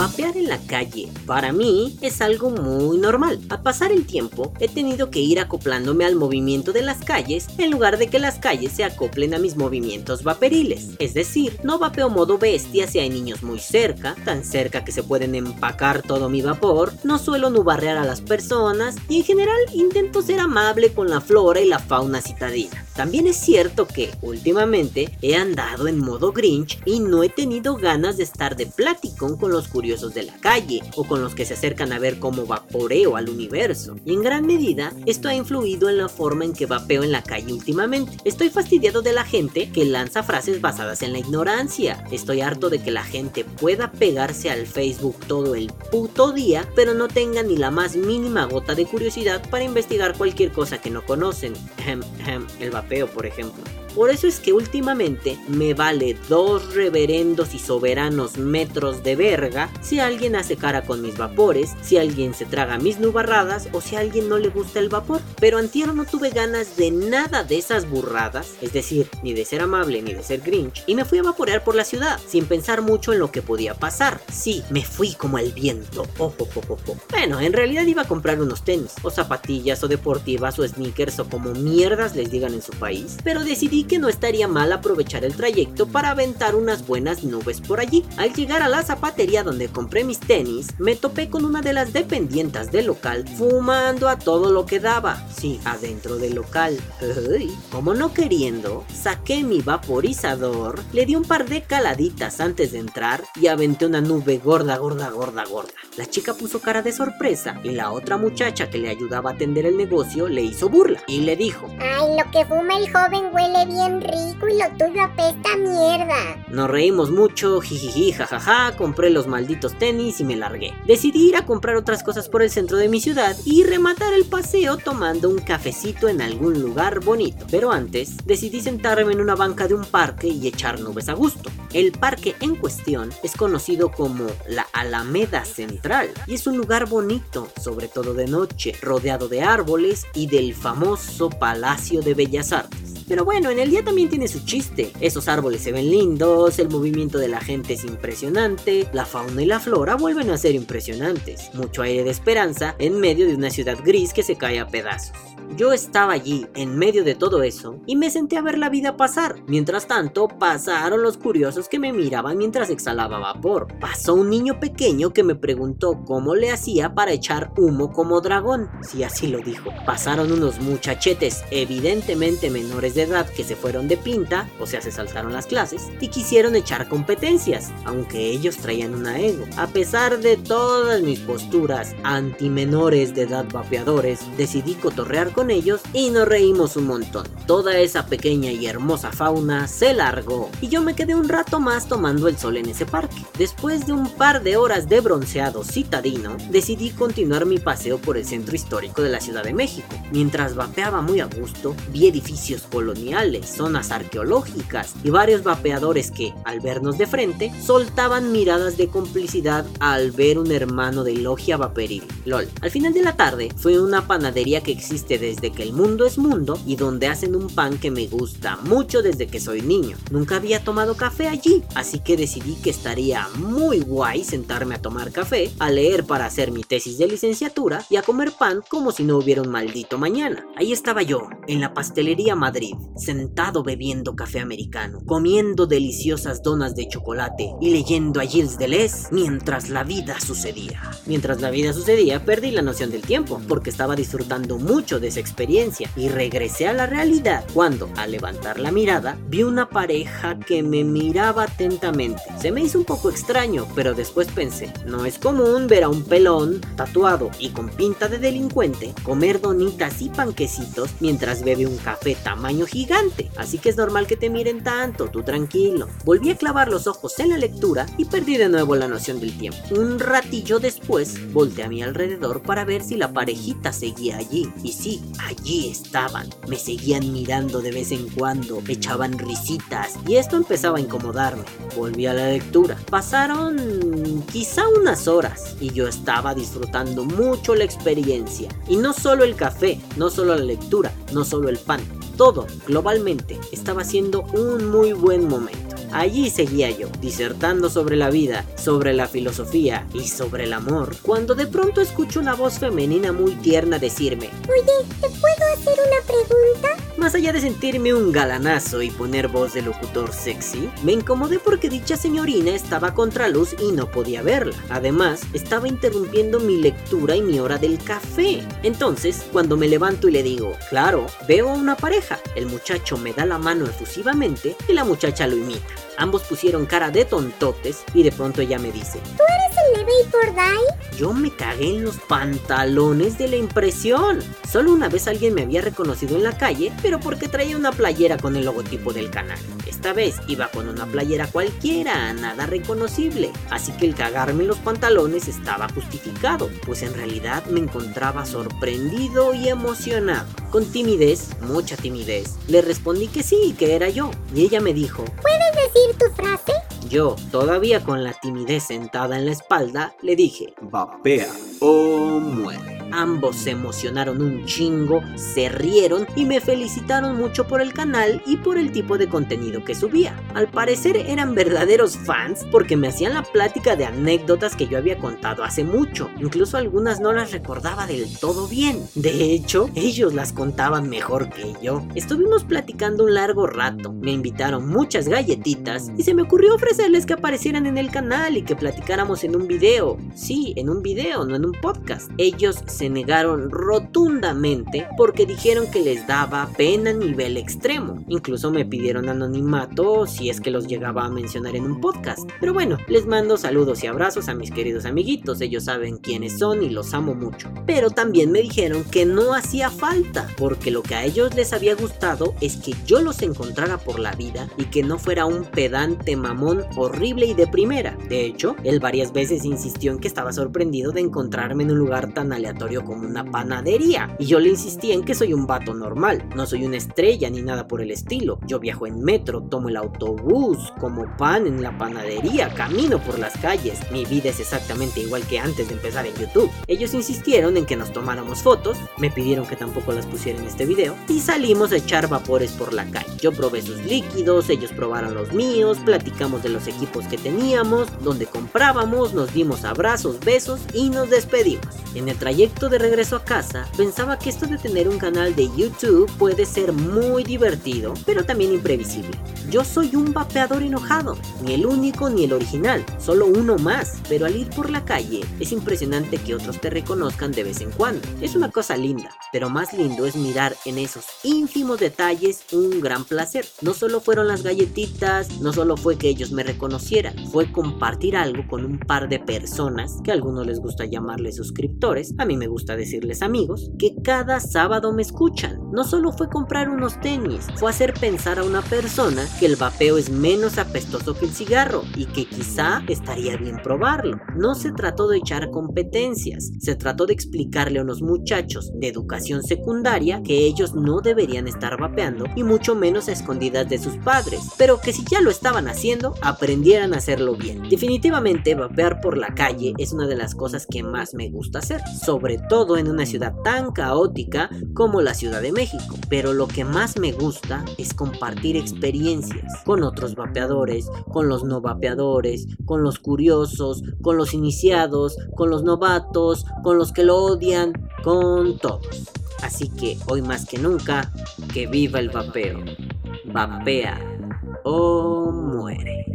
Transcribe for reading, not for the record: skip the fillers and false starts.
Vapear en la calle, para mí, es algo muy normal. Al pasar el tiempo, he tenido que ir acoplándome al movimiento de las calles en lugar de que las calles se acoplen a mis movimientos vaperiles. Es decir, no vapeo modo bestia si hay niños muy cerca, tan cerca que se pueden empacar todo mi vapor, no suelo nubarrear a las personas y en general intento ser amable con la flora y la fauna citadina. También es cierto que, últimamente, he andado en modo Grinch y no he tenido ganas de estar de platicón con los curiosos de la calle o con los que se acercan a ver cómo vaporeo al universo. Y en gran medida, esto ha influido en la forma en que vapeo en la calle últimamente. Estoy fastidiado de la gente que lanza frases basadas en la ignorancia. Estoy harto de que la gente pueda pegarse al Facebook todo el puto día, pero no tenga ni la más mínima gota de curiosidad para investigar cualquier cosa que no conocen. El vapeo, por ejemplo. Por eso es que últimamente me vale 2 reverendos y soberanos metros de verga si alguien hace cara con mis vapores, si alguien se traga mis nubarradas o si a alguien no le gusta el vapor. Pero antier no tuve ganas de nada de esas burradas, es decir, ni de ser amable ni de ser Grinch, y me fui a vaporear por la ciudad, sin pensar mucho en lo que podía pasar. Sí, me fui como el viento. Bueno, en realidad iba a comprar unos tenis, o zapatillas, o deportivas, o sneakers, o como mierdas les digan en su país, pero decidí que no estaría mal aprovechar el trayecto para aventar unas buenas nubes por allí. Al llegar a la zapatería donde compré mis tenis, me topé con una de las dependientas del local fumando a todo lo que daba. Sí, adentro del local. Como no queriendo, saqué mi vaporizador, le di un par de caladitas antes de entrar y aventé una nube gorda. La chica puso cara de sorpresa y la otra muchacha que le ayudaba a atender el negocio le hizo burla y le dijo: "Ay, lo que fuma el joven huele bien rico y lo tuyo apesta a mierda". Nos reímos mucho, jijiji, jajaja, compré los malditos tenis y me largué. Decidí ir a comprar otras cosas por el centro de mi ciudad y rematar el paseo tomando un cafecito en algún lugar bonito. Pero antes, decidí sentarme en una banca de un parque y echar nubes a gusto. El parque en cuestión es conocido como la Alameda Central y es un lugar bonito, sobre todo de noche, rodeado de árboles y del famoso Palacio de Bellas Artes. Pero bueno, en el día también tiene su chiste. Esos árboles se ven lindos, el movimiento de la gente es impresionante, la fauna y la flora vuelven a ser impresionantes. Mucho aire de esperanza en medio de una ciudad gris que se cae a pedazos. Yo estaba allí, en medio de todo eso, y me senté a ver la vida pasar. Mientras tanto, pasaron los curiosos que me miraban mientras exhalaba vapor. Pasó un niño pequeño que me preguntó cómo le hacía para echar humo como dragón. Sí, así lo dijo. Pasaron unos muchachetes, evidentemente menores de edad, que se fueron de pinta, o sea, se saltaron las clases, y quisieron echar competencias, aunque ellos traían una ego. A pesar de todas mis posturas anti-menores de edad vapeadores, decidí cotorrear con ellos y nos reímos un montón. Toda esa pequeña y hermosa fauna se largó y yo me quedé un rato más tomando el sol en ese parque. Después de un par de horas de bronceado citadino, decidí continuar mi paseo por el centro histórico de la Ciudad de México. Mientras vapeaba muy a gusto, vi edificios coloniales, zonas arqueológicas y varios vapeadores que, al vernos de frente, soltaban miradas de complicidad al ver un hermano de logia vaporil. LOL. Al final de la tarde fue una panadería que existe desde que el mundo es mundo y donde hacen un pan que me gusta mucho desde que soy niño. Nunca había tomado café allí, así que decidí que estaría muy guay sentarme a tomar café, a leer para hacer mi tesis de licenciatura y a comer pan como si no hubiera un maldito mañana. Ahí estaba yo, en la pastelería Madrid, sentado bebiendo café americano, comiendo deliciosas donas de chocolate y leyendo a Gilles Deleuze mientras la vida sucedía. Mientras la vida sucedía, perdí la noción del tiempo, porque estaba disfrutando mucho de esa experiencia y regresé a la realidad cuando, al levantar la mirada, vi una pareja que me miraba atentamente. Se me hizo un poco extraño, pero después pensé, no es común ver a un pelón, tatuado y con pinta de delincuente, comer donitas y panquecitos mientras bebe un café tamaño gigante, así que es normal que te miren tanto, tú tranquilo. Volví a clavar los ojos en la lectura y perdí de nuevo la noción del tiempo. Un ratillo después, volteé a mi alrededor para ver si la parejita seguía allí, y sí, allí estaban. Me seguían mirando de vez en cuando, echaban risitas, y esto empezaba a incomodarme. Volví a la lectura. Pasaron quizá unas horas, y yo estaba disfrutando mucho la experiencia. Y no solo el café, no solo la lectura, no solo el pan. Todo, globalmente, estaba siendo un muy buen momento. Allí seguía yo, disertando sobre la vida, sobre la filosofía y sobre el amor, cuando de pronto escucho una voz femenina muy tierna decirme: Oye, ¿te puedo hacer una pregunta? Más allá de sentirme un galanazo y poner voz de locutor sexy, me incomodé porque dicha señorina estaba a contraluz y no podía verla. Además, estaba interrumpiendo mi lectura y mi hora del café. Entonces, cuando me levanto y le digo: claro, veo a una pareja, el muchacho me da la mano efusivamente y la muchacha lo imita. Ambos pusieron cara de tontotes y de pronto ella me dice: ¿tú eres el de Bay por Day? Yo me cagué en los pantalones de la impresión. Solo una vez alguien me había reconocido en la calle, pero porque traía una playera con el logotipo del canal. Esta vez iba con una playera cualquiera, nada reconocible, así que el cagarme en los pantalones estaba justificado, pues en realidad me encontraba sorprendido y emocionado. Con timidez, mucha timidez, le respondí que sí, que era yo, y ella me dijo: ¿puedes decir tu frase? Yo, todavía con la timidez sentada en la espalda, le dije: vapea o muere. Ambos se emocionaron un chingo, se rieron y me felicitaron mucho por el canal y por el tipo de contenido que subía. Al parecer eran verdaderos fans porque me hacían la plática de anécdotas que yo había contado hace mucho. Incluso algunas no las recordaba del todo bien. De hecho, ellos las contaban mejor que yo. Estuvimos platicando un largo rato, me invitaron muchas galletitas y se me ocurrió ofrecerles que aparecieran en el canal y que platicáramos en un video. Sí, en un video, no en un podcast. Ellos se negaron rotundamente porque dijeron que les daba pena a nivel extremo. Incluso me pidieron anonimato si es que los llegaba a mencionar en un podcast. Pero bueno, les mando saludos y abrazos a mis queridos amiguitos, ellos saben quiénes son y los amo mucho. Pero también me dijeron que no hacía falta, porque lo que a ellos les había gustado es que yo los encontrara por la vida y que no fuera un pedante mamón horrible y de primera. De hecho, él varias veces insistió en que estaba sorprendido de encontrarme en un lugar tan aleatorio como una panadería, y yo le insistí en que soy un vato normal, no soy una estrella ni nada por el estilo. Yo viajo en metro, tomo el autobús, como pan en la panadería, camino por las calles, mi vida es exactamente igual que antes de empezar en YouTube. Ellos insistieron en que nos tomáramos fotos, me pidieron que tampoco las pusiera en este video, y salimos a echar vapores por la calle. Yo probé sus líquidos, ellos probaron los míos, platicamos de los equipos que teníamos, donde comprábamos, nos dimos abrazos, besos y nos despedimos. En el trayecto de regreso a casa, pensaba que esto de tener un canal de YouTube puede ser muy divertido, pero también imprevisible. Yo soy un vapeador enojado, ni el único ni el original, solo uno más, pero al ir por la calle es impresionante que otros te reconozcan de vez en cuando. Es una cosa linda, pero más lindo es mirar en esos ínfimos detalles un gran placer. No solo fueron las galletitas, no solo fue que ellos me reconocieran, fue compartir algo con un par de personas, que a algunos les gusta llamarles suscriptores, a mí me gusta decirles amigos, que cada sábado me escuchan. No solo fue comprar unos tenis, fue hacer pensar a una persona que el vapeo es menos apestoso que el cigarro y que quizá estaría bien probarlo. No se trató de echar competencias, se trató de explicarle a unos muchachos de educación secundaria que ellos no deberían estar vapeando y mucho menos a escondidas de sus padres, pero que si ya lo estaban haciendo, aprendieran a hacerlo bien. Definitivamente vapear por la calle es una de las cosas que más me gusta hacer, sobre todo en una ciudad tan caótica como la Ciudad de México, pero lo que más me gusta es compartir experiencias con otros vapeadores, con los no vapeadores, con los curiosos, con los iniciados, con los novatos, con los que lo odian, con todos. Así que hoy más que nunca, que viva el vapeo. Vapea o muere.